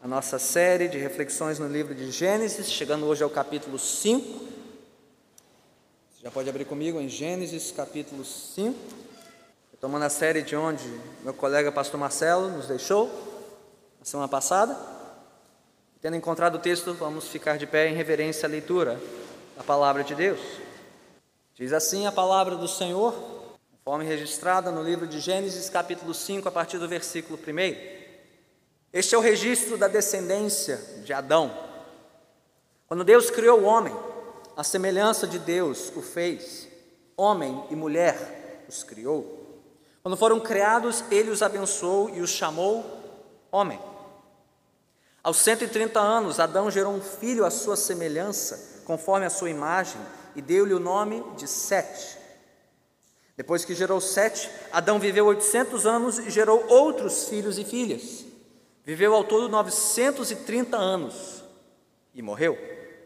a nossa série de reflexões no livro de Gênesis, chegando hoje ao capítulo 5. Você já pode abrir comigo em Gênesis capítulo 5, retomando a série de onde meu colega pastor Marcelo nos deixou na semana passada. Tendo encontrado o texto, vamos ficar de pé em reverência à leitura da palavra de Deus. Diz assim a palavra do Senhor, conforme registrada no livro de Gênesis capítulo 5, a partir do versículo 1. Este é o registro da descendência de Adão. Quando Deus criou o homem, a semelhança de Deus o fez, homem e mulher os criou. Quando foram criados, Ele os abençoou e os chamou homem. Aos 130 anos, Adão gerou um filho à sua semelhança, conforme a sua imagem, e deu-lhe o nome de Sete. Depois que gerou Sete, Adão viveu 800 anos e gerou outros filhos e filhas. Viveu ao todo 930 anos e morreu.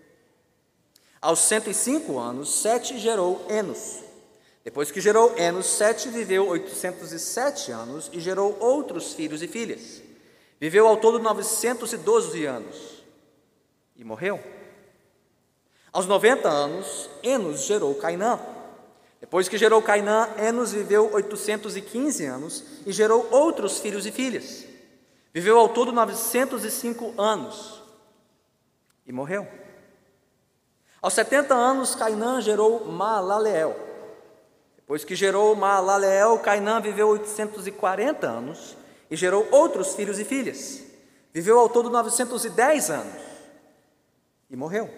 Aos 105 anos, Sete gerou Enos. Depois que gerou Enos, Sete viveu 807 anos e gerou outros filhos e filhas. Viveu ao todo 912 anos e morreu. Aos 90 anos, Enos gerou Cainã. Depois que gerou Cainã, Enos viveu 815 anos e gerou outros filhos e filhas. Viveu ao todo 905 anos e morreu. Aos 70 anos, Cainã gerou Maalaleel. Depois que gerou Maalaleel, Cainã viveu 840 anos e gerou outros filhos e filhas. Viveu ao todo 910 anos e morreu.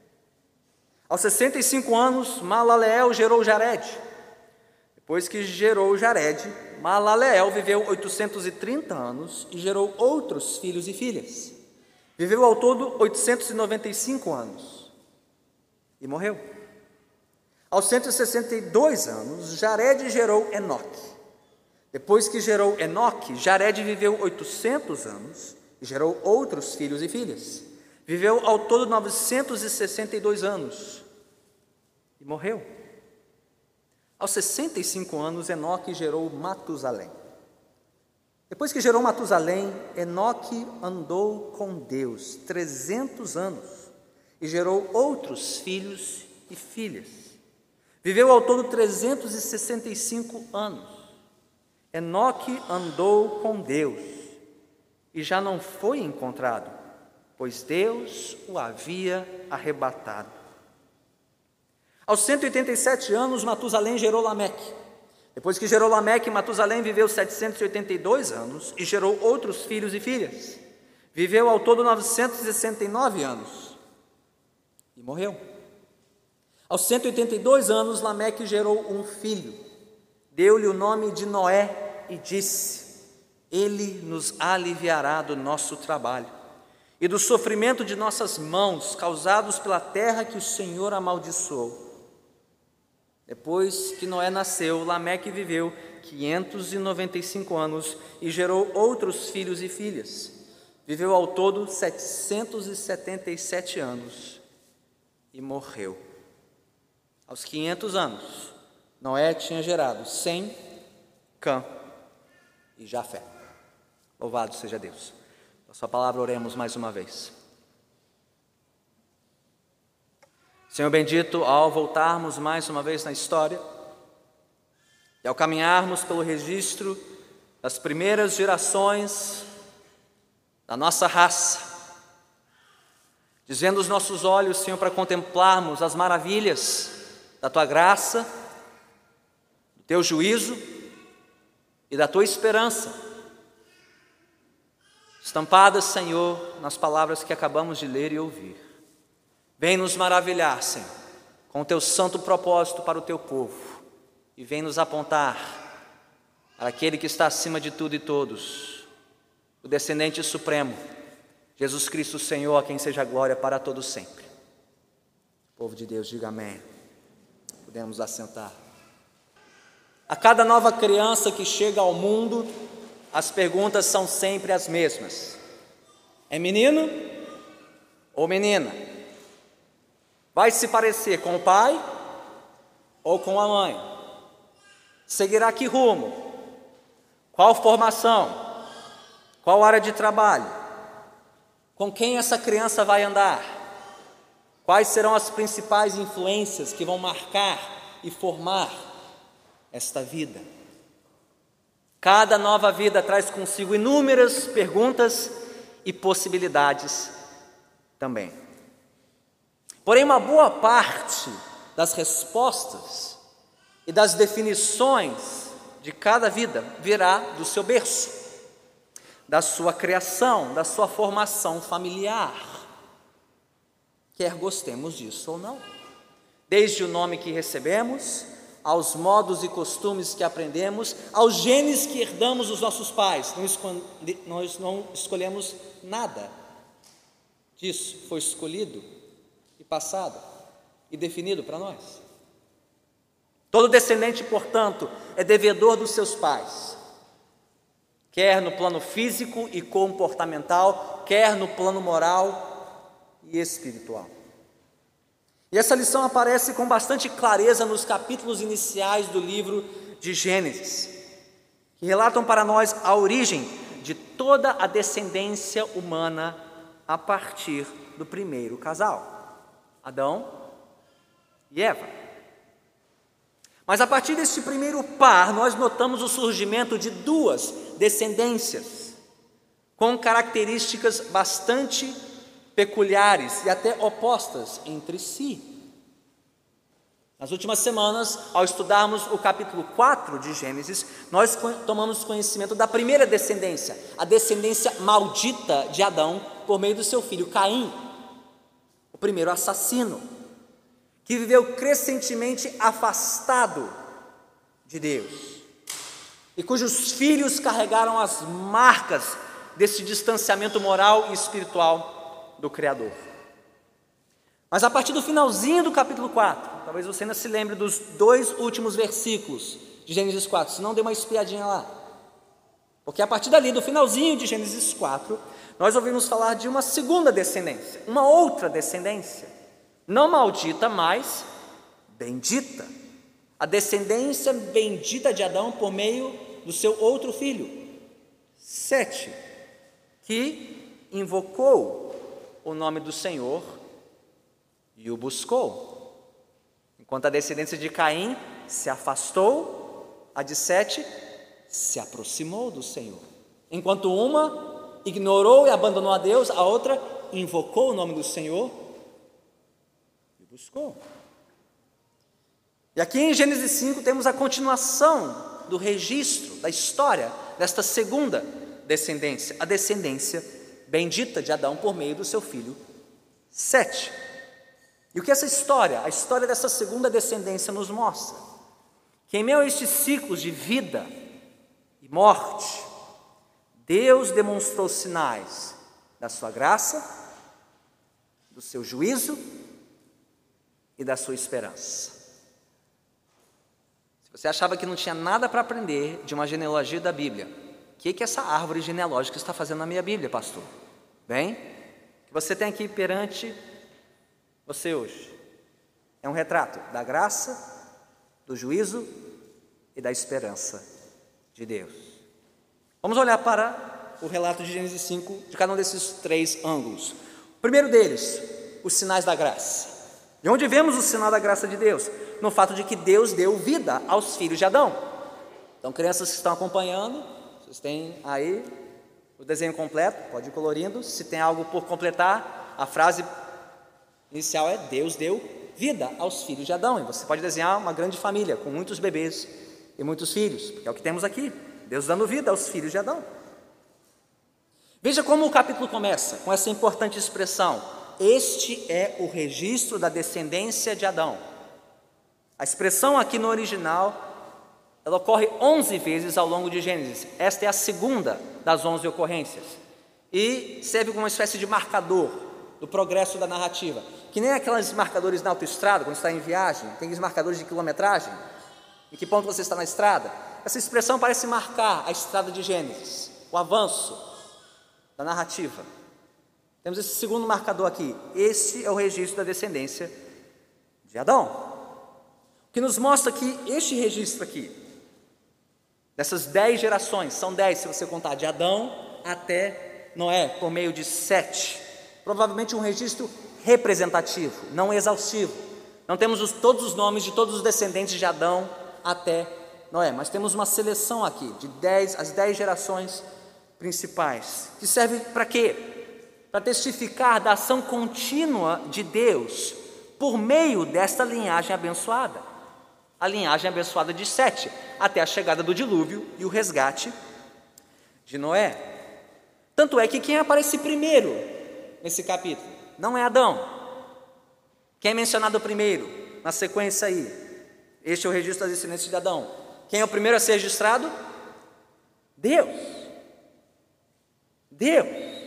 Aos 65 anos, Maalaleel gerou Jared. Depois que gerou Jared, Maalaleel viveu 830 anos e gerou outros filhos e filhas. Viveu ao todo 895 anos e morreu. Aos 162 anos, Jared gerou Enoque. Depois que gerou Enoque, Jared viveu 800 anos e gerou outros filhos e filhas. Viveu ao todo 962 anos e morreu. Aos 65 anos, Enoque gerou Matusalém. Depois que gerou Matusalém, Enoque andou com Deus 300 anos e gerou outros filhos e filhas. Viveu ao todo 365 anos. Enoque andou com Deus e já não foi encontrado, pois Deus o havia arrebatado. Aos 187 anos, Matusalém gerou Lameque. Depois que gerou Lameque, Matusalém viveu 782 anos e gerou outros filhos e filhas. Viveu ao todo 969 anos e morreu. Aos 182 anos, Lameque gerou um filho. Deu-lhe o nome de Noé e disse: Ele nos aliviará do nosso trabalho e do sofrimento de nossas mãos, causados pela terra que o Senhor amaldiçoou. Depois que Noé nasceu, Lameque viveu 595 anos e gerou outros filhos e filhas. Viveu ao todo 777 anos e morreu. Aos 500 anos, Noé tinha gerado Sem, Cã e Jafé. Louvado seja Deus. A sua palavra, oremos mais uma vez. Senhor bendito, ao voltarmos mais uma vez na história e ao caminharmos pelo registro das primeiras gerações da nossa raça, dizendo os nossos olhos, Senhor, para contemplarmos as maravilhas da Tua graça, do Teu juízo e da Tua esperança, estampadas, Senhor, nas palavras que acabamos de ler e ouvir. Vem nos maravilhar, Senhor, com o Teu santo propósito para o Teu povo, e vem nos apontar para aquele que está acima de tudo e todos, o descendente supremo, Jesus Cristo, Senhor, a quem seja glória para todos sempre. O povo de Deus, diga amém. Podemos assentar. A cada nova criança que chega ao mundo, as perguntas são sempre as mesmas: é menino ou menina? Vai se parecer com o pai ou com a mãe? Seguirá que rumo? Qual formação? Qual área de trabalho? Com quem essa criança vai andar? Quais serão as principais influências que vão marcar e formar esta vida? Cada nova vida traz consigo inúmeras perguntas e possibilidades também. Porém, uma boa parte das respostas e das definições de cada vida virá do seu berço, da sua criação, da sua formação familiar, quer gostemos disso ou não. Desde o nome que recebemos, aos modos e costumes que aprendemos, aos genes que herdamos dos nossos pais. Nós não escolhemos nada disso, foi escolhido e passado e definido para nós. Todo descendente, portanto, é devedor dos seus pais, quer no plano físico e comportamental, quer no plano moral e espiritual. E essa lição aparece com bastante clareza nos capítulos iniciais do livro de Gênesis, que relatam para nós a origem de toda a descendência humana a partir do primeiro casal, Adão e Eva. Mas a partir desse primeiro par, nós notamos o surgimento de duas descendências, com características bastante peculiares e até opostas entre si. Nas últimas semanas, ao estudarmos o capítulo 4 de Gênesis, nós tomamos conhecimento da primeira descendência, a descendência maldita de Adão, por meio do seu filho Caim, o primeiro assassino, que viveu crescentemente afastado de Deus, e cujos filhos carregaram as marcas desse distanciamento moral e espiritual do Criador. Mas a partir do finalzinho do capítulo 4, talvez você ainda se lembre dos 2 últimos versículos de Gênesis 4, se não, dê uma espiadinha lá. Porque a partir dali, do finalzinho de Gênesis 4, nós ouvimos falar de uma segunda descendência, uma outra descendência, não maldita, mas bendita. A descendência bendita de Adão por meio do seu outro filho, Sete, que invocou o nome do Senhor e o buscou. Enquanto a descendência de Caim se afastou, a de Sete se aproximou do Senhor. Enquanto uma ignorou e abandonou a Deus, a outra invocou o nome do Senhor e buscou. E aqui em Gênesis 5 temos a continuação do registro, da história desta segunda descendência, a descendência bendita de Adão por meio do seu filho Sete. E o que essa história, a história dessa segunda descendência nos mostra? Que em meio a estes ciclos de vida e morte, Deus demonstrou sinais da sua graça, do seu juízo e da sua esperança. Se você achava que não tinha nada para aprender de uma genealogia da Bíblia, o que essa árvore genealógica está fazendo na minha Bíblia, pastor? Bem, o que você tem aqui perante você hoje é um retrato da graça, do juízo e da esperança de Deus. Vamos olhar para o relato de Gênesis 5, de cada um desses 3 ângulos. O primeiro deles, os sinais da graça. De onde vemos o sinal da graça de Deus? No fato de que Deus deu vida aos filhos de Adão. Então, crianças que estão acompanhando, vocês têm aí o desenho completo, pode ir colorindo. Se tem algo por completar, a frase inicial é: Deus deu vida aos filhos de Adão. E você pode desenhar uma grande família com muitos bebês e muitos filhos, porque é o que temos aqui, Deus dando vida aos filhos de Adão. Veja como o capítulo começa com essa importante expressão: este é o registro da descendência de Adão. A expressão aqui no original, ela ocorre 11 vezes ao longo de Gênesis. Esta é a segunda das 11 ocorrências. E serve como uma espécie de marcador do progresso da narrativa. Que nem aqueles marcadores na autoestrada, quando está em viagem, tem aqueles marcadores de quilometragem. Em que ponto você está na estrada? Essa expressão parece marcar a estrada de Gênesis, o avanço da narrativa. Temos esse segundo marcador aqui. Este é o registro da descendência de Adão. O que nos mostra que este registro aqui, dessas 10 gerações, são 10 se você contar de Adão até Noé, por meio de Sete, provavelmente um registro representativo, não exaustivo. Não temos todos os nomes de todos os descendentes de Adão até Noé, mas temos uma seleção aqui de as 10 gerações principais, que serve para quê? Para testificar da ação contínua de Deus por meio desta linhagem abençoada, a linhagem abençoada de Sete, até a chegada do dilúvio e o resgate de Noé. Tanto é que quem aparece primeiro nesse capítulo não é Adão. Quem é mencionado primeiro na sequência aí? Este é o registro das descendências de Adão. Quem é o primeiro a ser registrado? Deus. Deus.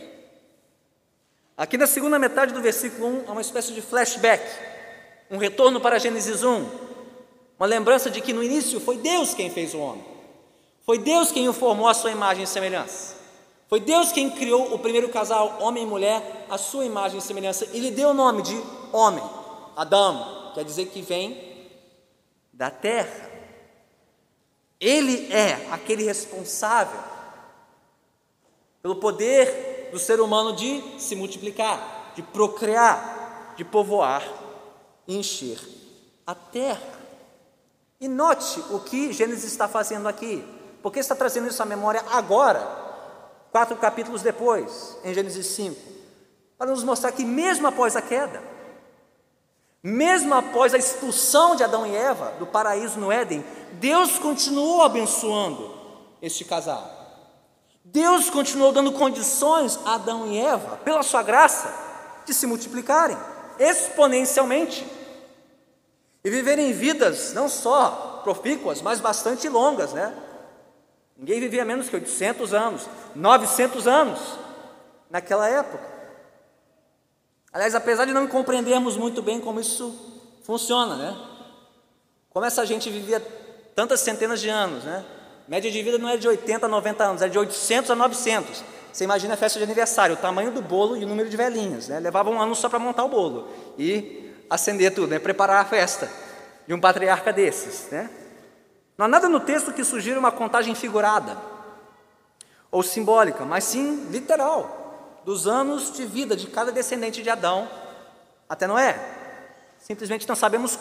Aqui na segunda metade do versículo 1 há uma espécie de flashback, um retorno para Gênesis 1, uma lembrança de que no início foi Deus quem fez o homem, foi Deus quem o formou à sua imagem e semelhança, foi Deus quem criou o primeiro casal, homem e mulher, à sua imagem e semelhança, e lhe deu o nome de homem, Adão, quer dizer que vem da terra. Ele é aquele responsável pelo poder do ser humano de se multiplicar, de procriar, de povoar e encher a terra. E note o que Gênesis está fazendo aqui, porque está trazendo isso à memória agora, 4 capítulos depois, em Gênesis 5, para nos mostrar que mesmo após a queda, mesmo após a expulsão de Adão e Eva do paraíso no Éden, Deus continuou abençoando este casal. Deus continuou dando condições a Adão e Eva, pela sua graça, de se multiplicarem exponencialmente e viverem vidas não só profícuas, mas bastante longas, né? Ninguém vivia menos que 800 anos, 900 anos naquela época. Aliás, apesar de não compreendermos muito bem como isso funciona, né? Como essa gente vivia tantas centenas de anos, né? Média de vida não é de 80 a 90 anos, é de 800 a 900. Você imagina a festa de aniversário, o tamanho do bolo e o número de velhinhas, né? Levava um ano só para montar o bolo e acender tudo, né? Preparar a festa de um patriarca desses, né? Não há nada no texto que sugira uma contagem figurada ou simbólica, mas sim literal, dos anos de vida de cada descendente de Adão até Noé. Simplesmente não sabemos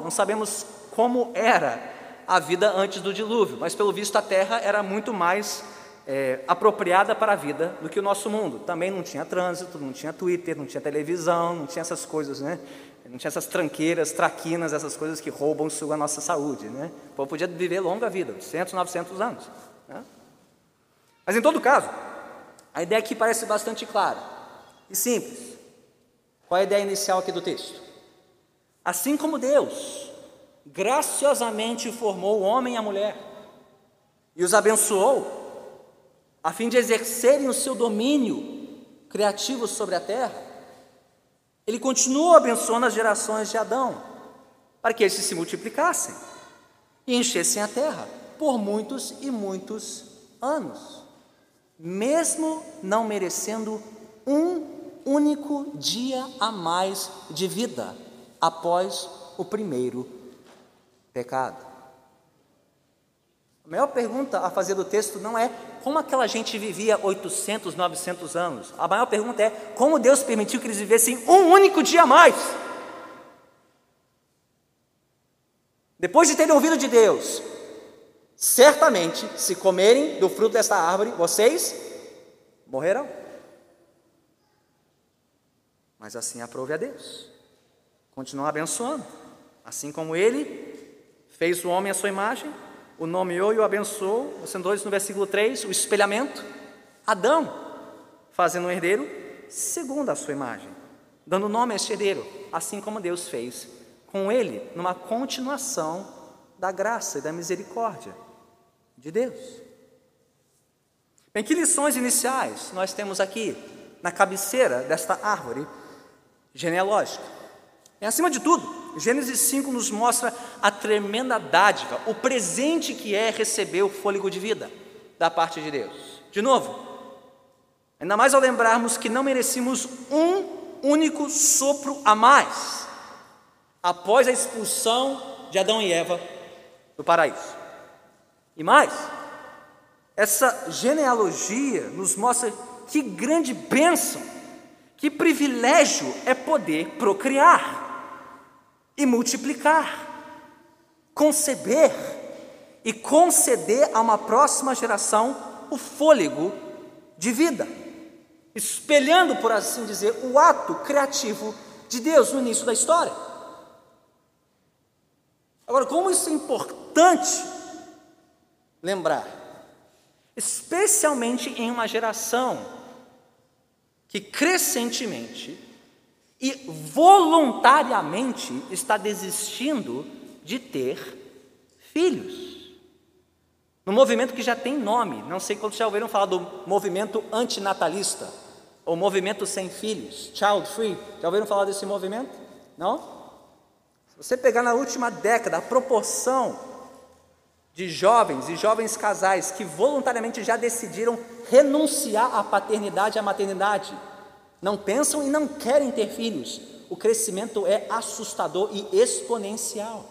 como era a vida antes do dilúvio, mas pelo visto a terra era muito mais apropriada para a vida do que o nosso mundo. Também não tinha trânsito, não tinha Twitter, não tinha televisão, não tinha essas coisas, né? Não tinha essas tranqueiras, traquinas, essas coisas que roubam e sugam a nossa saúde, né? O povo podia viver longa vida, 800, 900 anos, né? Mas em todo caso, a ideia aqui parece bastante clara e simples. Qual é a ideia inicial aqui do texto? Assim como Deus graciosamente formou o homem e a mulher e os abençoou a fim de exercerem o seu domínio criativo sobre a terra, Ele continuou abençoando as gerações de Adão para que eles se multiplicassem e enchessem a terra por muitos e muitos anos, mesmo não merecendo um único dia a mais de vida após o primeiro pecado. A maior pergunta a fazer do texto não é como aquela gente vivia 800, 900 anos. A maior pergunta é como Deus permitiu que eles vivessem um único dia a mais. Depois de terem ouvido de Deus, certamente, se comerem do fruto desta árvore, vocês morrerão. Mas assim aprove a Deus. Continua abençoando. Assim como Ele fez o homem à sua imagem, o nomeou e o abençoou. Você notou isso no versículo 3, o espelhamento. Adão, fazendo um herdeiro segundo a sua imagem, dando nome a este herdeiro, assim como Deus fez com ele, numa continuação da graça e da misericórdia de Deus. Bem, que lições iniciais nós temos aqui na cabeceira desta árvore genealógica? E, acima de tudo, Gênesis 5 nos mostra a tremenda dádiva, o presente que é receber o fôlego de vida da parte de Deus. De novo, ainda mais ao lembrarmos que não merecemos um único sopro a mais após a expulsão de Adão e Eva do paraíso. E mais, essa genealogia nos mostra que grande bênção, Que privilégio é poder procriar e multiplicar, conceber e conceder a uma próxima geração o fôlego de vida, espelhando, por assim dizer, o ato criativo de Deus no início da história. Agora, como isso é importante lembrar, especialmente em uma geração que crescentemente e voluntariamente está desistindo de ter filhos. No movimento que já tem nome, não sei quantos já ouviram falar do movimento antinatalista, ou movimento sem filhos, child free. Já ouviram falar desse movimento? Não? Se você pegar na última década, a proporção de jovens e jovens casais que voluntariamente já decidiram renunciar à paternidade e à maternidade, não pensam e não querem ter filhos, o crescimento é assustador e exponencial.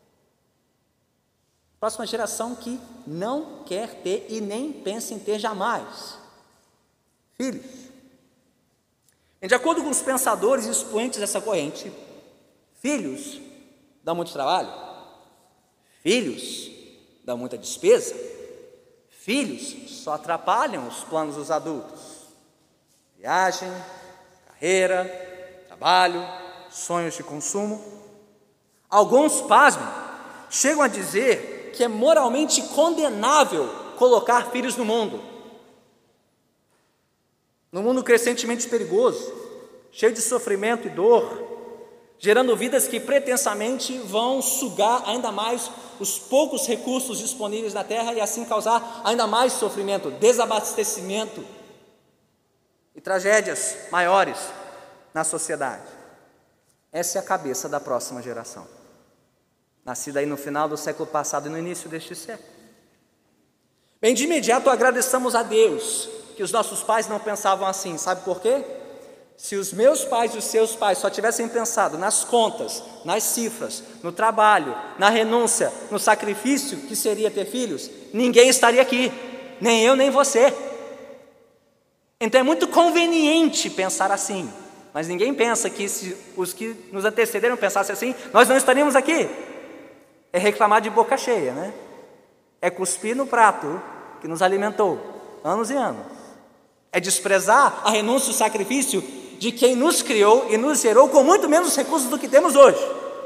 Próxima geração que não quer ter e nem pensa em ter jamais filhos. De acordo com os pensadores e expoentes dessa corrente, filhos dão muito trabalho, filhos dão muita despesa, filhos só atrapalham os planos dos adultos. Viagem, carreira, trabalho, sonhos de consumo. Alguns, pasmem, chegam a dizer que é moralmente condenável colocar filhos no mundo. Num mundo crescentemente perigoso, cheio de sofrimento e dor, gerando vidas que pretensamente vão sugar ainda mais os poucos recursos disponíveis na terra e assim causar ainda mais sofrimento, desabastecimento e tragédias maiores na sociedade. Essa é a cabeça da próxima geração, nascida aí no final do século passado e no início deste século. Bem, de imediato agradeçamos a Deus que os nossos pais não pensavam assim. Sabe por quê? Se os meus pais e os seus pais só tivessem pensado nas contas, nas cifras, no trabalho, na renúncia, no sacrifício que seria ter filhos, ninguém estaria aqui, nem eu nem você. Então é muito conveniente pensar assim, mas ninguém pensa que se os que nos antecederam pensassem assim, nós não estaríamos aqui. É reclamar de boca cheia, né? É cuspir no prato que nos alimentou anos e anos. É desprezar a renúncia e o sacrifício de quem nos criou e nos gerou com muito menos recursos do que temos hoje.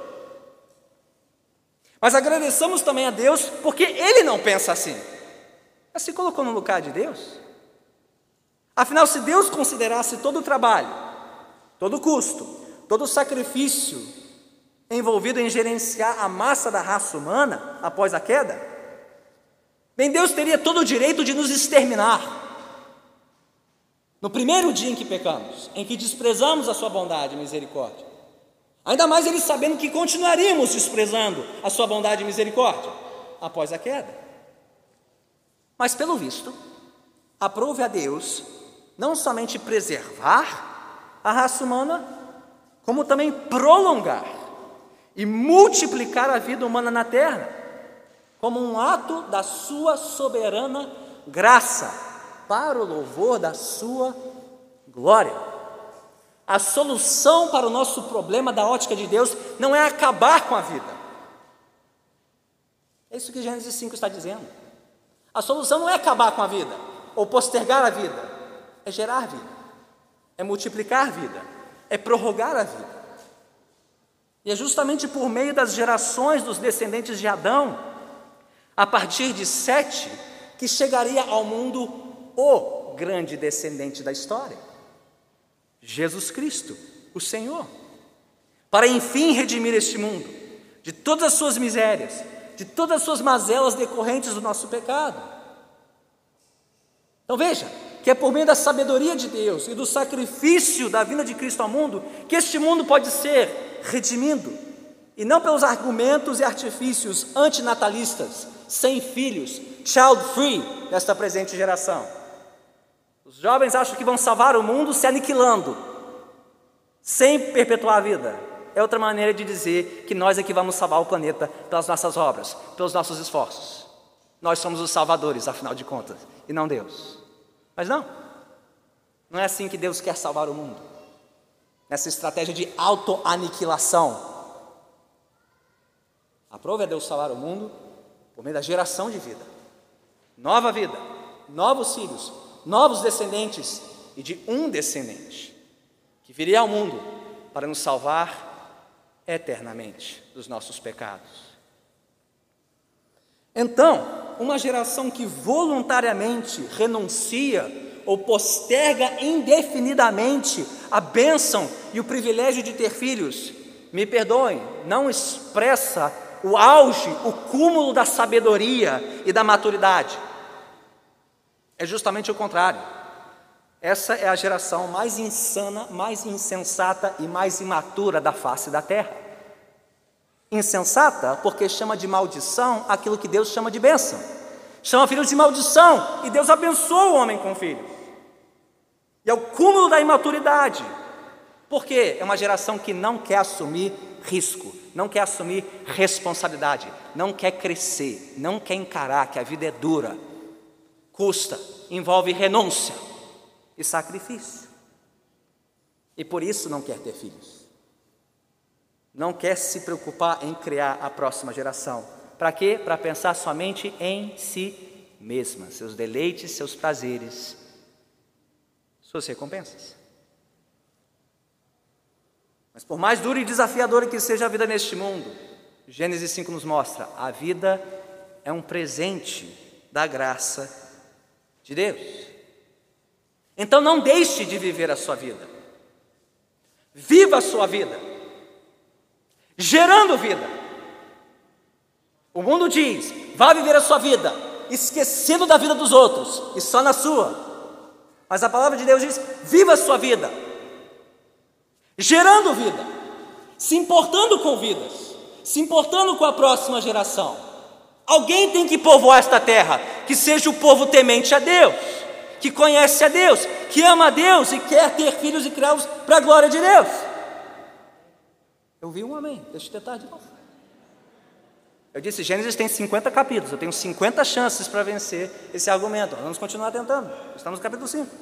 Mas agradeçamos também a Deus porque Ele não pensa assim. Ele se colocou no lugar de Deus. Afinal, se Deus considerasse todo o trabalho, todo o custo, todo o sacrifício envolvido em gerenciar a massa da raça humana após a queda, bem, Deus teria todo o direito de nos exterminar. No primeiro dia em que pecamos, em que desprezamos a sua bondade e misericórdia, ainda mais Ele sabendo que continuaríamos desprezando a sua bondade e misericórdia após a queda. Mas pelo visto, aprove a Deus não somente preservar a raça humana, como também prolongar e multiplicar a vida humana na terra, como um ato da sua soberana graça, para o louvor da sua glória. A solução para o nosso problema da ótica de Deus não é acabar com a vida. É isso que Gênesis 5 está dizendo. A solução não é acabar com a vida, ou postergar a vida, é gerar vida, é multiplicar vida, é prorrogar a vida. E é justamente por meio das gerações dos descendentes de Adão, a partir de Sete, que chegaria ao mundo o grande descendente da história, Jesus Cristo, o Senhor, para enfim redimir este mundo de todas as suas misérias, de todas as suas mazelas decorrentes do nosso pecado. Então veja, que é por meio da sabedoria de Deus e do sacrifício da vinda de Cristo ao mundo, que este mundo pode ser redimido, e não pelos argumentos e artifícios antinatalistas, sem filhos, child free, desta presente geração. Os jovens acham que vão salvar o mundo se aniquilando, sem perpetuar a vida. É outra maneira de dizer que nós é que vamos salvar o planeta pelas nossas obras, pelos nossos esforços. Nós somos os salvadores, afinal de contas, e não Deus. Mas não é assim que Deus quer salvar o mundo. nessa estratégia de autoaniquilação. Aprove a Deus salvar o mundo por meio da geração de vida, nova vida, novos filhos, novos descendentes e de um descendente que viria ao mundo para nos salvar eternamente dos nossos pecados. Então, uma geração que voluntariamente renuncia ou posterga indefinidamente a bênção e o privilégio de ter filhos, me perdoem, não expressa o auge, o cúmulo da sabedoria e da maturidade. É justamente o contrário. Essa é a geração mais insana, mais insensata e mais imatura da face da terra. Insensata porque chama de maldição aquilo que Deus chama de bênção. Chama filhos de maldição e Deus abençoa o homem com filhos. E é o cúmulo da imaturidade. Porque é uma geração que não quer assumir risco, não quer assumir responsabilidade, não quer crescer, não quer encarar que a vida é dura, custa, envolve renúncia e sacrifício. E por isso não quer ter filhos. Não quer se preocupar em criar a próxima geração. Para quê? Para pensar somente em si mesma, seus deleites, seus prazeres, suas recompensas. Mas por mais dura e desafiadora que seja a vida neste mundo, Gênesis 5 nos mostra, a vida é um presente da graça de Deus. Então não deixe de viver a sua vida. Viva a sua vida, gerando vida. O mundo diz, vá viver a sua vida, esquecendo da vida dos outros e só na sua. Mas a palavra de Deus diz, viva a sua vida, gerando vida, se importando com vidas, se importando com a próxima geração. Alguém tem que povoar esta terra, que seja o povo temente a Deus, que conhece a Deus, que ama a Deus e quer ter filhos e criá-los para a glória de Deus. Eu vi um amém, deixa eu tentar de novo. Eu disse, Gênesis tem 50 capítulos, eu tenho 50 chances para vencer esse argumento. Vamos continuar tentando, estamos no capítulo 5.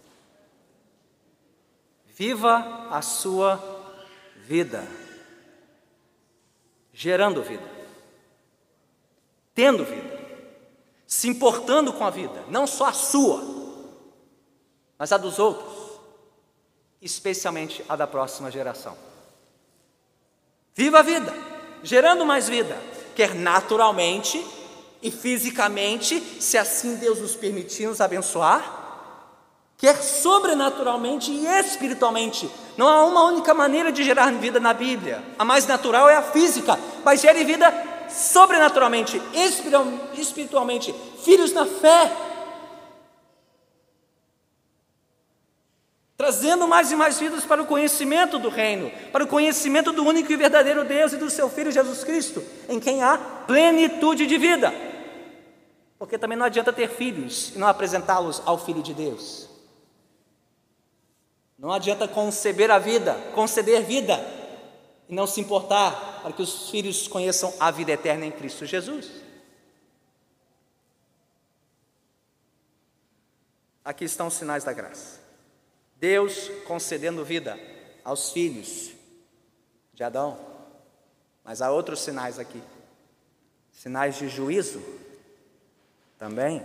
Viva a sua vida, gerando vida, tendo vida, se importando com a vida, não só a sua, mas a dos outros, especialmente a da próxima geração. Viva a vida, gerando mais vida, quer naturalmente e fisicamente, se assim Deus nos permitir nos abençoar, quer sobrenaturalmente e espiritualmente. Não há uma única maneira de gerar vida na Bíblia. A mais natural é a física, mas gere vida sobrenaturalmente, espiritualmente, filhos na fé, trazendo mais e mais vidas para o conhecimento do reino, para o conhecimento do único e verdadeiro Deus e do seu Filho Jesus Cristo, em quem há plenitude de vida. Porque também não adianta ter filhos e não apresentá-los ao Filho de Deus. Não adianta conceber a vida, conceder vida, e não se importar para que os filhos conheçam a vida eterna em Cristo Jesus. Aqui estão os sinais da graça. Deus concedendo vida aos filhos de Adão. Mas há outros sinais aqui. Sinais de juízo também.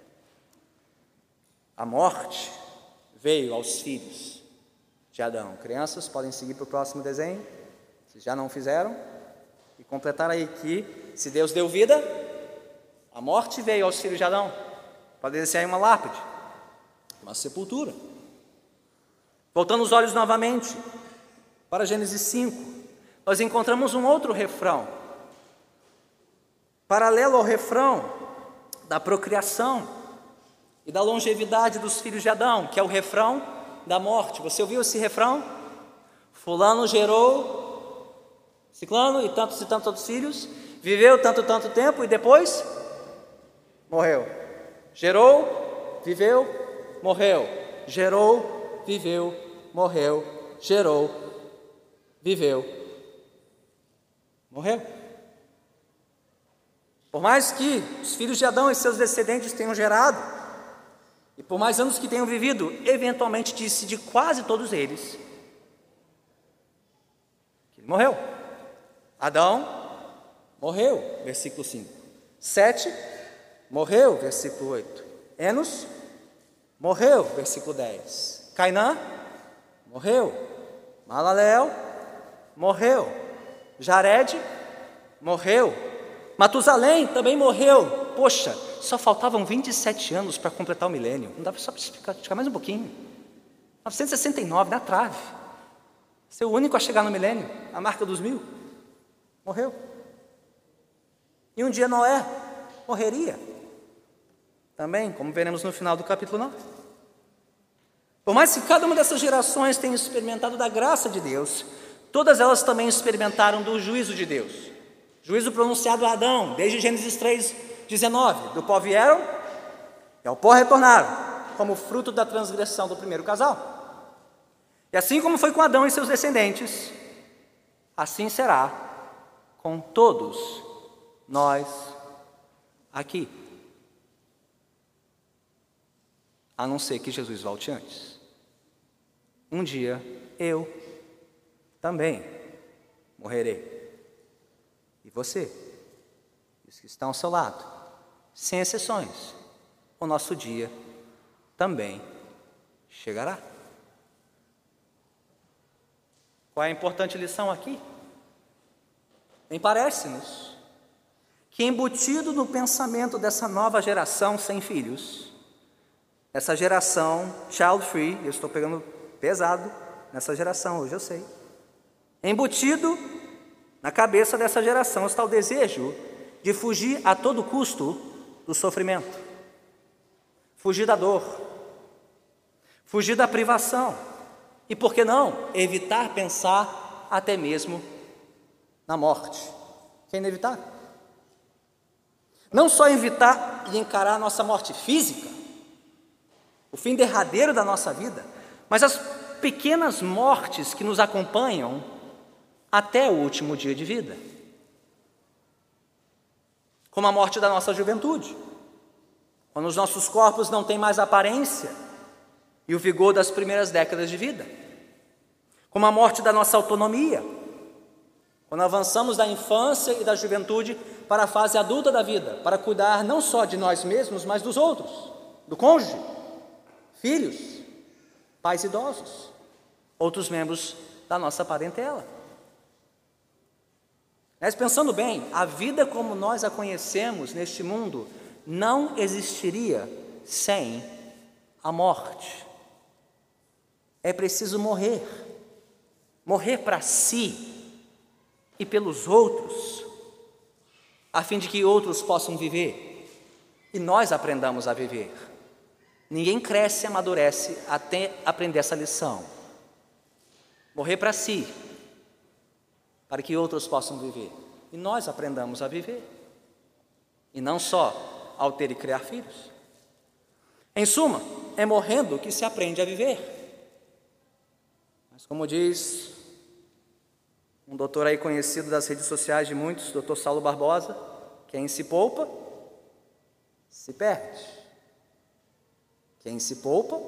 A morte veio aos filhos de Adão. Crianças, podem seguir para o próximo desenho, se já não fizeram, e completar aí que, se Deus deu vida, a morte veio aos filhos de Adão. Pode descer aí uma lápide, uma sepultura. Voltando os olhos novamente para Gênesis 5, nós encontramos um outro refrão, paralelo ao refrão da procriação e da longevidade dos filhos de Adão, que é o refrão da morte. Você ouviu esse refrão? Fulano gerou ciclano e tantos outros filhos, viveu tanto tempo e depois morreu. Gerou, viveu, morreu. Gerou, viveu, morreu. Gerou, viveu, morreu. Por mais que os filhos de Adão e seus descendentes tenham gerado, e por mais anos que tenham vivido, eventualmente disse de quase todos eles, morreu. Adão morreu, versículo 5. Sete morreu, versículo 8. Enos morreu, versículo 10. Cainã morreu. Malaleel morreu. Jared morreu. Matusalém também morreu. Poxa, só faltavam 27 anos para completar o milênio. Não dá só para ficar mais um pouquinho. 969, na trave. Ser o único a chegar no milênio, a marca dos 1000. Morreu. E um dia Noé morreria. Também, como veremos no final do capítulo 9. Por mais que cada uma dessas gerações tenha experimentado da graça de Deus, todas elas também experimentaram do juízo de Deus. Juízo pronunciado a Adão, desde Gênesis 3:19. Do pó vieram e ao pó retornaram, como fruto da transgressão do primeiro casal. E assim como foi com Adão e seus descendentes, assim será com todos nós aqui. A não ser que Jesus volte antes. Um dia eu também morrerei. E você, os que estão ao seu lado, sem exceções, o nosso dia também chegará. Qual é a importante lição aqui? Bem, parece-nos que embutido no pensamento dessa nova geração sem filhos, essa geração child free, eu estou pegando pesado nessa geração hoje, eu sei, embutido na cabeça dessa geração está o desejo de fugir a todo custo do sofrimento, fugir da dor, fugir da privação e, por que não, evitar pensar até mesmo na morte, que é inevitável. Não só evitar e encarar a nossa morte física, o fim derradeiro da nossa vida, mas as pequenas mortes que nos acompanham até o último dia de vida, como a morte da nossa juventude, quando os nossos corpos não têm mais aparência e o vigor das primeiras décadas de vida, como a morte da nossa autonomia, quando avançamos da infância e da juventude para a fase adulta da vida, para cuidar não só de nós mesmos, mas dos outros, do cônjuge, filhos, pais idosos, outros membros da nossa parentela. Mas pensando bem, a vida como nós a conhecemos neste mundo não existiria sem a morte. É preciso morrer para si e pelos outros, a fim de que outros possam viver e nós aprendamos a viver. Ninguém cresce e amadurece até aprender essa lição. Morrer para si, para que outros possam viver e nós aprendamos a viver, e não só ao ter e criar filhos. Em suma, é morrendo que se aprende a viver. Mas como diz um doutor aí conhecido das redes sociais de muitos, doutor Saulo Barbosa, quem se poupa, se perde. Quem se poupa,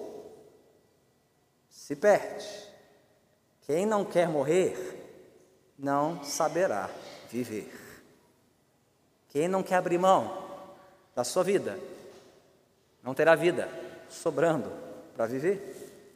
se perde. Quem não quer morrer, não saberá viver. Quem não quer abrir mão da sua vida, não terá vida sobrando para viver.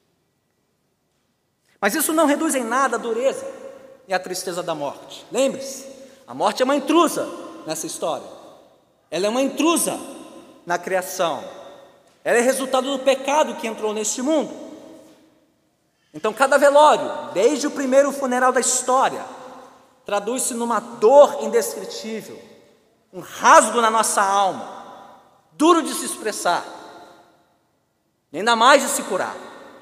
Mas isso não reduz em nada a dureza e a tristeza da morte. Lembre-se, a morte é uma intrusa nessa história. Ela é uma intrusa na criação. Ela é resultado do pecado que entrou neste mundo. Então, cada velório, desde o primeiro funeral da história, traduz-se numa dor indescritível, um rasgo na nossa alma, duro de se expressar, e ainda mais de se curar.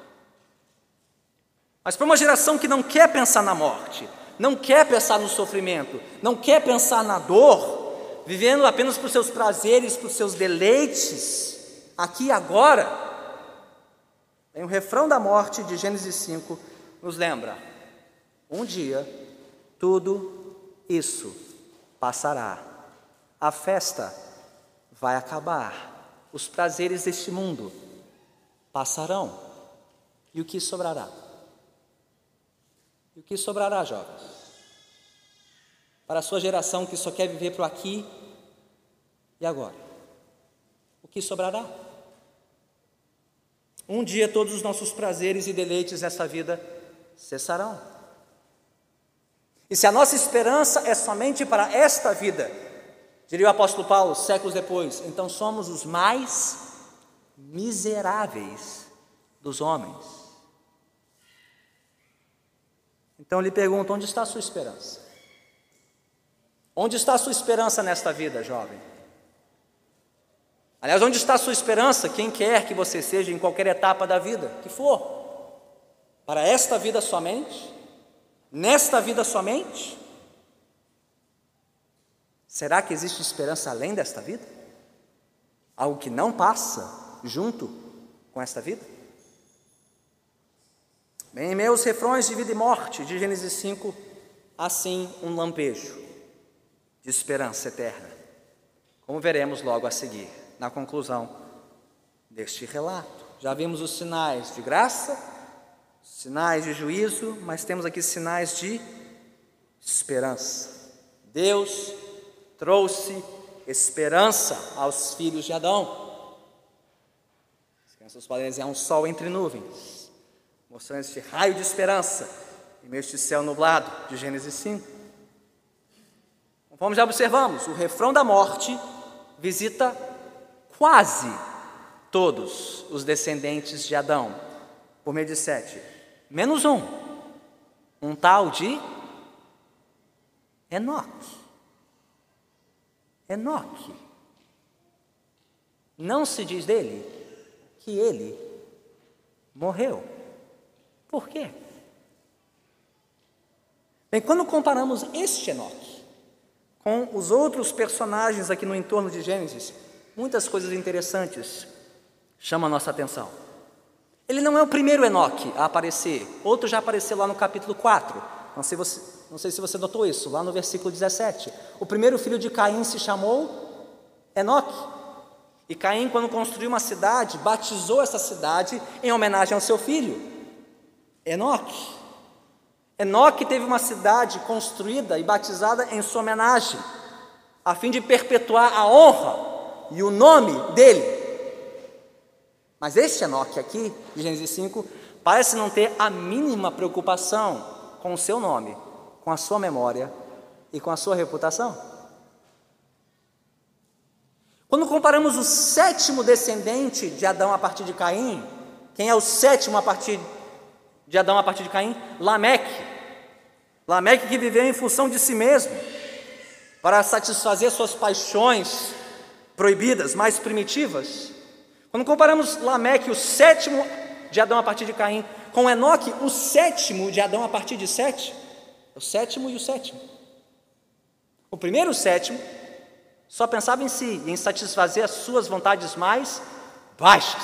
Mas para uma geração que não quer pensar na morte, não quer pensar no sofrimento, não quer pensar na dor, vivendo apenas para os seus prazeres, para os seus deleites, aqui e agora, o refrão da morte de Gênesis 5 nos lembra: um dia tudo isso passará, a festa vai acabar, os prazeres deste mundo passarão, e o que sobrará? E o que sobrará, jovens? Para a sua geração que só quer viver para o aqui e agora. O que sobrará? Um dia todos os nossos prazeres e deleites nessa vida cessarão. E se a nossa esperança é somente para esta vida, diria o apóstolo Paulo, séculos depois, então somos os mais miseráveis dos homens. Então eu lhe pergunto, onde está a sua esperança? Onde está a sua esperança nesta vida, jovem? Aliás, onde está a sua esperança, quem quer que você seja em qualquer etapa da vida que for? Para esta vida somente? Nesta vida somente? Será que existe esperança além desta vida? Algo que não passa junto com esta vida? Bem, em meus refrões de vida e morte, de Gênesis 5, assim um lampejo de esperança eterna, como veremos logo a seguir, na conclusão deste relato. Já vimos os sinais de graça, sinais de juízo, mas temos aqui sinais de esperança. Deus trouxe esperança aos filhos de Adão. As crianças podem desenhar um sol entre nuvens, mostrando este raio de esperança em meio a este céu nublado de Gênesis 5. Conforme já observamos, o refrão da morte visita quase todos os descendentes de Adão, por meio de 7, menos um tal de Enoque. Enoque. Não se diz dele que ele morreu. Por quê? Bem, quando comparamos este Enoque com os outros personagens aqui no entorno de Gênesis, muitas coisas interessantes chamam a nossa atenção. Ele não é o primeiro Enoque a aparecer, outro já apareceu lá no capítulo 4, não sei se você notou isso, lá no versículo 17. O primeiro filho de Caim se chamou Enoque, e Caim, quando construiu uma cidade, batizou essa cidade em homenagem ao seu filho, Enoque. Enoque teve uma cidade construída e batizada em sua homenagem, a fim de perpetuar a honra e o nome dele. Mas este Enoque aqui, de Gênesis 5, parece não ter a mínima preocupação com o seu nome, com a sua memória e com a sua reputação. Quando comparamos o sétimo descendente de Adão a partir de Caim, quem é o sétimo a partir de Adão a partir de Caim? Lameque. Lameque que viveu em função de si mesmo, para satisfazer suas paixões proibidas, mais primitivas. Quando comparamos Lameque, o sétimo de Adão a partir de Caim, com Enoque, o sétimo de Adão a partir de Sete, o sétimo e o sétimo. O primeiro, o sétimo, só pensava em si, em satisfazer as suas vontades mais baixas.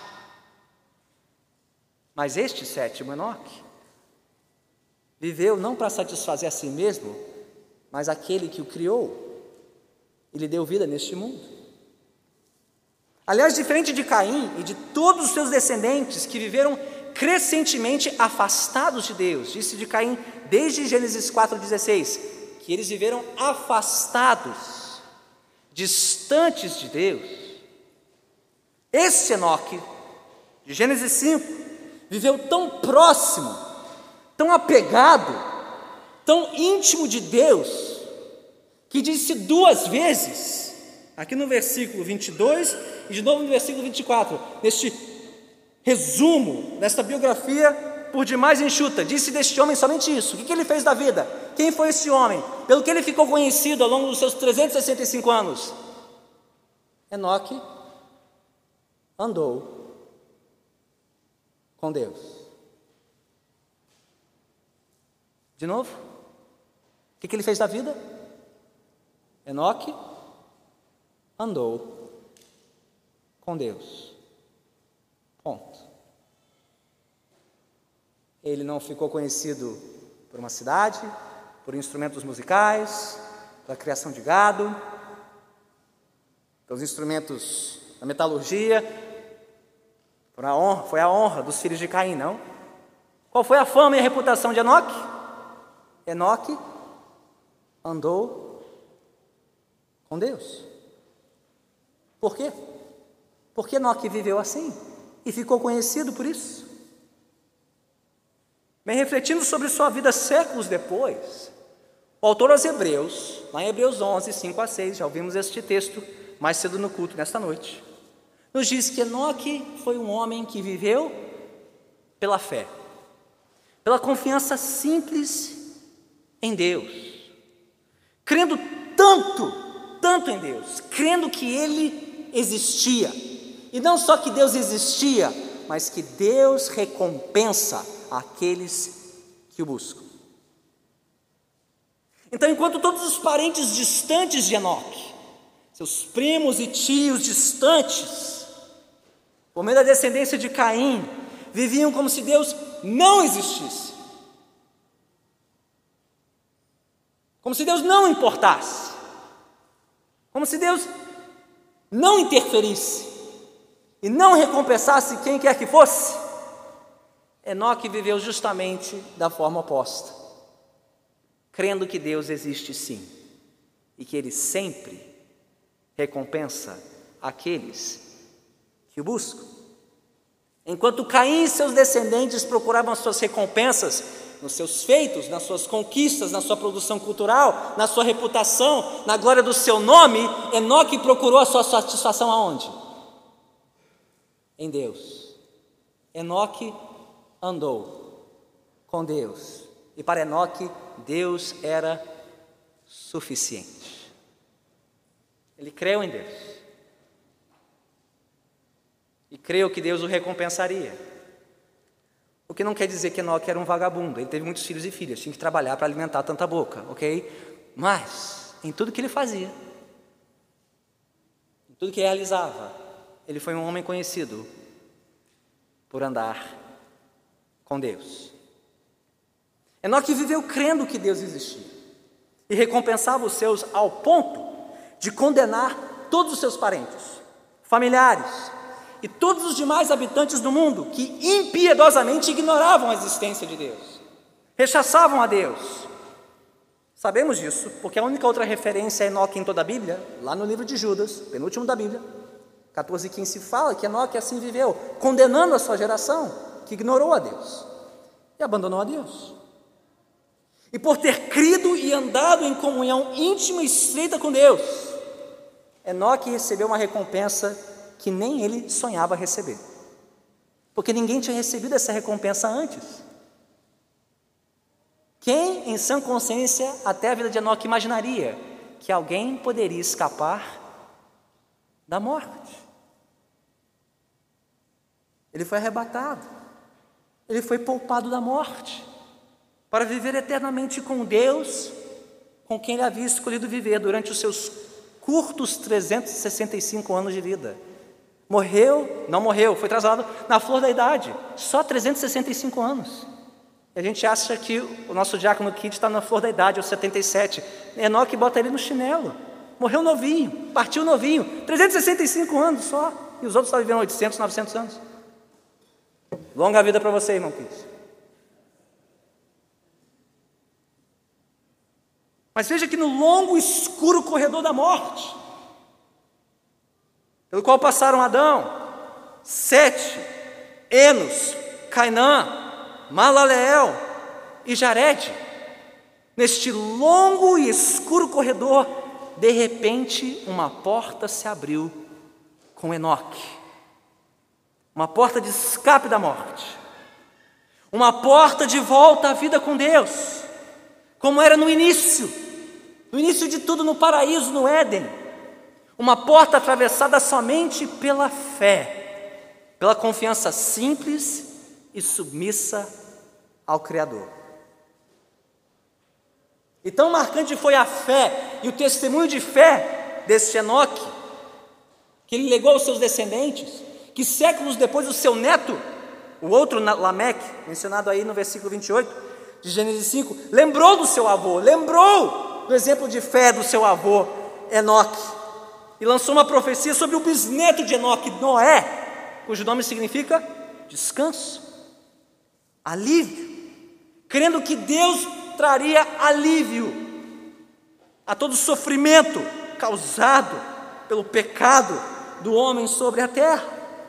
Mas este sétimo, Enoque, viveu não para satisfazer a si mesmo, mas aquele que o criou e lhe deu vida neste mundo. Aliás, diferente de Caim e de todos os seus descendentes que viveram crescentemente afastados de Deus, disse de Caim desde Gênesis 4,16, que eles viveram afastados, distantes de Deus. Esse Enoque, de Gênesis 5, viveu tão próximo, tão apegado, tão íntimo de Deus, que disse duas vezes, aqui no versículo 22 e de novo no versículo 24, neste resumo, nesta biografia por demais enxuta, disse deste homem somente isso. O que ele fez da vida? Quem foi esse homem? Pelo que ele ficou conhecido ao longo dos seus 365 anos? Enoque andou com Deus. De novo, o que ele fez da vida? Enoque andou com Deus. Ponto. Ele não ficou conhecido por uma cidade, por instrumentos musicais, pela criação de gado, pelos instrumentos da metalurgia. Foi a honra dos filhos de Caim, não? Qual foi a fama e a reputação de Enoque? Enoque andou com Deus. Por quê? Porque Enoque viveu assim e ficou conhecido por isso. Bem, refletindo sobre sua vida séculos depois, o autor aos Hebreus, lá em Hebreus 11, 5 a 6, já ouvimos este texto mais cedo no culto nesta noite, nos diz que Enoque foi um homem que viveu pela fé, pela confiança simples em Deus, crendo tanto em Deus, crendo que Ele existia, e não só que Deus existia, mas que Deus recompensa aqueles que o buscam. Então, enquanto todos os parentes distantes de Enoque, seus primos e tios distantes, por meio da descendência de Caim, viviam como se Deus não existisse, como se Deus não importasse, como se Deus não interferisse e não recompensasse quem quer que fosse. Enoque viveu justamente da forma oposta, crendo que Deus existe sim, e que Ele sempre recompensa aqueles que o buscam. Enquanto Caim e seus descendentes procuravam suas recompensas nos seus feitos, nas suas conquistas, na sua produção cultural, na sua reputação, na glória do seu nome, Enoque procurou a sua satisfação aonde? Em Deus. Enoque andou com Deus, e para Enoque, Deus era suficiente. Ele creu em Deus, e creu que Deus o recompensaria, o que não quer dizer que Enoque era um vagabundo. Ele teve muitos filhos e filhas, tinha que trabalhar para alimentar tanta boca, ok? Mas, em tudo que ele fazia, em tudo que ele realizava, ele foi um homem conhecido por andar com Deus. Enoque viveu crendo que Deus existia e recompensava os seus ao ponto de condenar todos os seus parentes, familiares e todos os demais habitantes do mundo que impiedosamente ignoravam a existência de Deus, rechaçavam a Deus. Sabemos disso porque a única outra referência a Enoque em toda a Bíblia, lá no livro de Judas, penúltimo da Bíblia, 14:15, fala que Enoque assim viveu, condenando a sua geração, que ignorou a Deus e abandonou a Deus. E por ter crido e andado em comunhão íntima e estreita com Deus, Enoque recebeu uma recompensa que nem ele sonhava receber, porque ninguém tinha recebido essa recompensa antes. Quem, em sã consciência, até a vida de Enoque, imaginaria que alguém poderia escapar da morte? Ele foi arrebatado, ele foi poupado da morte, para viver eternamente com Deus, com quem ele havia escolhido viver durante os seus curtos 365 anos de vida. Não morreu, foi trasladado na flor da idade, só 365 anos. E a gente acha que o nosso diácono Kid está na flor da idade, aos 77. Enoque bota ele no chinelo, morreu novinho, partiu novinho, 365 anos só, e os outros estão vivendo 800, 900 anos. Longa vida para você, irmão Kid. Mas veja que no longo e escuro corredor da morte, pelo qual passaram Adão, Sete, Enos, Cainã, Malaleel e Jared, neste longo e escuro corredor, de repente uma porta se abriu com Enoque, uma porta de escape da morte, uma porta de volta à vida com Deus, como era no início de tudo no paraíso, no Éden. Uma porta atravessada somente pela fé, pela confiança simples e submissa ao Criador. E tão marcante foi a fé e o testemunho de fé deste Enoque, que ele legou aos seus descendentes, que séculos depois o seu neto, o outro Lameque, mencionado aí no versículo 28 de Gênesis 5, lembrou do seu avô, lembrou do exemplo de fé do seu avô Enoque, e lançou uma profecia sobre o bisneto de Enoque, Noé, cujo nome significa descanso, alívio, crendo que Deus traria alívio a todo o sofrimento causado pelo pecado do homem sobre a terra.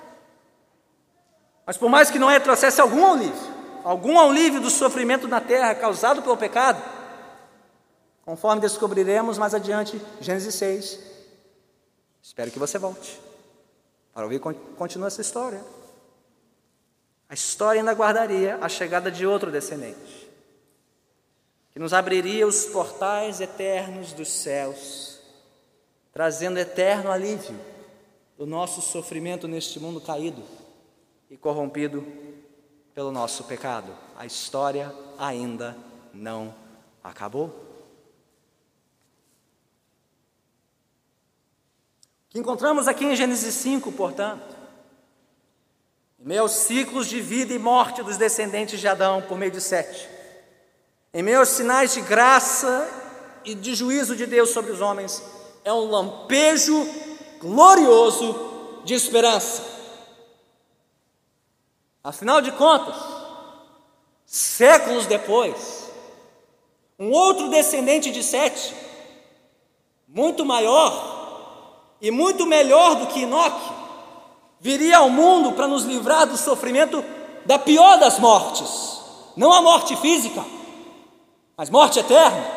Mas por mais que Noé trouxesse algum alívio do sofrimento na terra causado pelo pecado, conforme descobriremos mais adiante, Gênesis 6, espero que você volte para ouvir continua essa história. A história ainda aguardaria a chegada de outro descendente, que nos abriria os portais eternos dos céus, trazendo eterno alívio do nosso sofrimento neste mundo caído e corrompido pelo nosso pecado. A história ainda não acabou. O que encontramos aqui em Gênesis 5, portanto, em meio aos ciclos de vida e morte dos descendentes de Adão por meio de Sete, em meio aos sinais de graça e de juízo de Deus sobre os homens, é um lampejo glorioso de esperança. Afinal de contas, séculos depois, um outro descendente de Sete, muito maior e muito melhor do que Enoque, viria ao mundo para nos livrar do sofrimento da pior das mortes, não a morte física, mas morte eterna.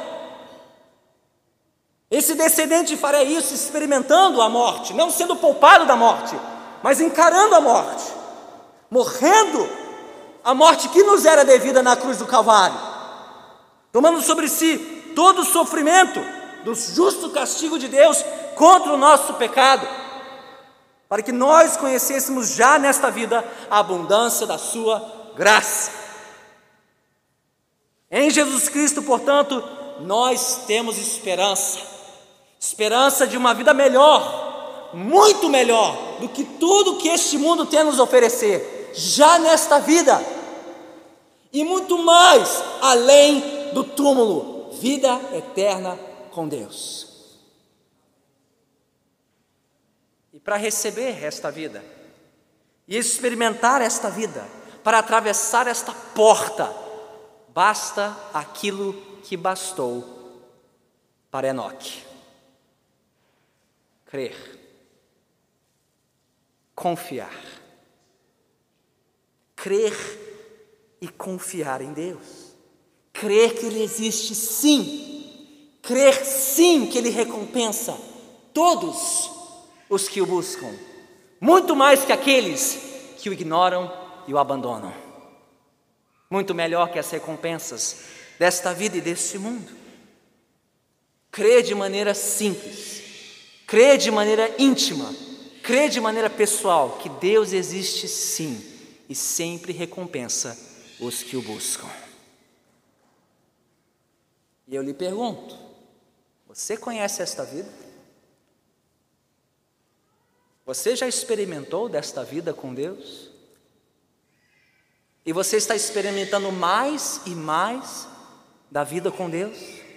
Esse descendente faria isso experimentando a morte, não sendo poupado da morte, mas encarando a morte, morrendo a morte que nos era devida na cruz do Calvário, tomando sobre si todo o sofrimento do justo castigo de Deus contra o nosso pecado, para que nós conhecêssemos já nesta vida a abundância da sua graça. Em Jesus Cristo, portanto, nós temos esperança de uma vida melhor, muito melhor do que tudo que este mundo tem a nos oferecer, já nesta vida, e muito mais além do túmulo, vida eterna com Deus. E para receber esta vida, e experimentar esta vida, para atravessar esta porta, basta aquilo que bastou para Enoque: crer, confiar. Crer e confiar em Deus. Crer que Ele existe sim. Crer sim que Ele recompensa todos os que o buscam, muito mais que aqueles que o ignoram e o abandonam. Muito melhor que as recompensas desta vida e deste mundo. Crer de maneira simples, crer de maneira íntima, crer de maneira pessoal que Deus existe sim e sempre recompensa os que o buscam. E eu lhe pergunto: você conhece esta vida? Você já experimentou desta vida com Deus? E você está experimentando mais e mais da vida com Deus?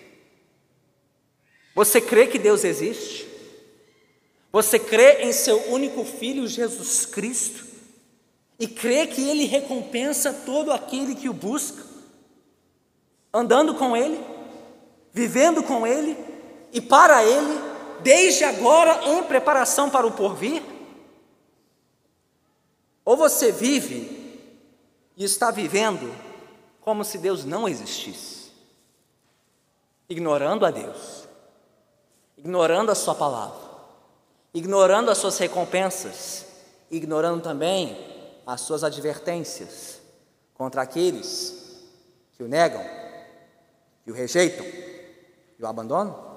Você crê que Deus existe? Você crê em seu único Filho, Jesus Cristo? E crê que Ele recompensa todo aquele que o busca? Andando com Ele? Vivendo com Ele? E para Ele? Desde agora em preparação para o porvir? Ou você vive e está vivendo como se Deus não existisse, ignorando a Deus, ignorando a sua palavra, ignorando as suas recompensas, ignorando também as suas advertências contra aqueles que o negam, que o rejeitam e o abandonam?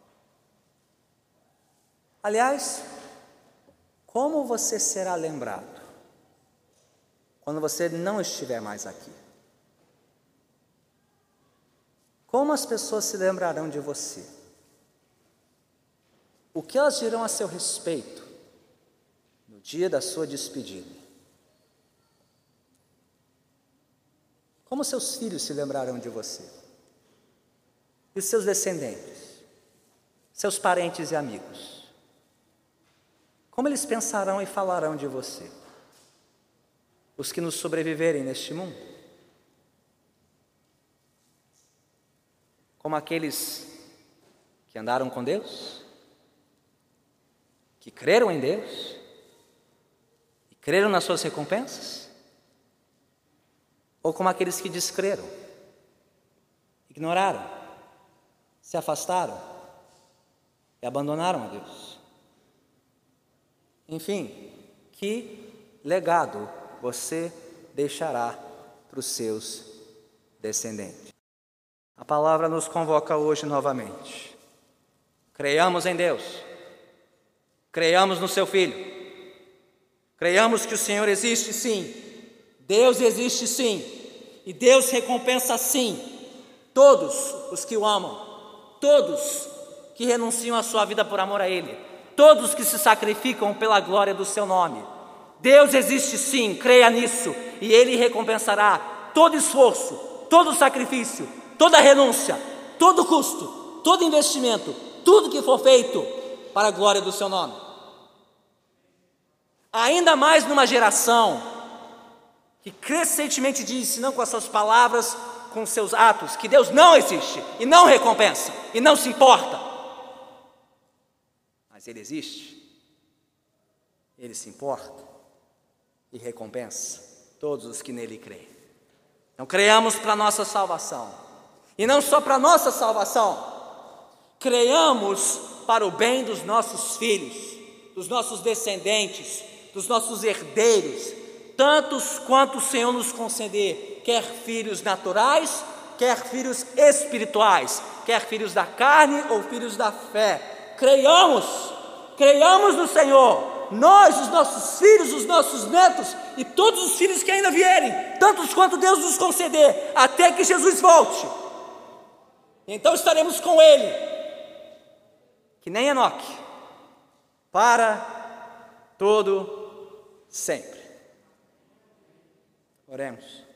Aliás, como você será lembrado quando você não estiver mais aqui? Como as pessoas se lembrarão de você? O que elas dirão a seu respeito no dia da sua despedida? Como seus filhos se lembrarão de você? E os seus descendentes? Seus parentes e amigos? Como eles pensarão e falarão de você? Os que nos sobreviverem neste mundo? como aqueles que andaram com Deus, que creram em Deus e creram nas suas recompensas? Ou como aqueles que descreram, ignoraram, se afastaram e abandonaram a Deus? Enfim, que legado você deixará para os seus descendentes? A palavra nos convoca hoje novamente. Creiamos em Deus, creiamos no seu Filho, creiamos que o Senhor existe sim, Deus existe sim, e Deus recompensa sim todos os que o amam, todos que renunciam à sua vida por amor a Ele, todos que se sacrificam pela glória do seu nome. Deus existe sim, creia nisso, e Ele recompensará todo esforço, todo sacrifício, toda renúncia, todo custo, todo investimento, tudo que for feito para a glória do seu nome. Ainda mais numa geração que crescentemente diz, se não com as suas palavras, com os seus atos, que Deus não existe, e não recompensa, e não se importa. Mas Ele existe, Ele se importa e recompensa todos os que nele creem. Então creiamos para a nossa salvação, e não só para a nossa salvação, creiamos para o bem dos nossos filhos, dos nossos descendentes, dos nossos herdeiros, tantos quanto o Senhor nos conceder, quer filhos naturais, quer filhos espirituais, quer filhos da carne ou filhos da fé. Creiamos no Senhor, nós, os nossos filhos, os nossos netos e todos os filhos que ainda vierem, tantos quanto Deus nos conceder, até que Jesus volte. Então estaremos com Ele, que nem Enoque, para todo sempre. Oremos.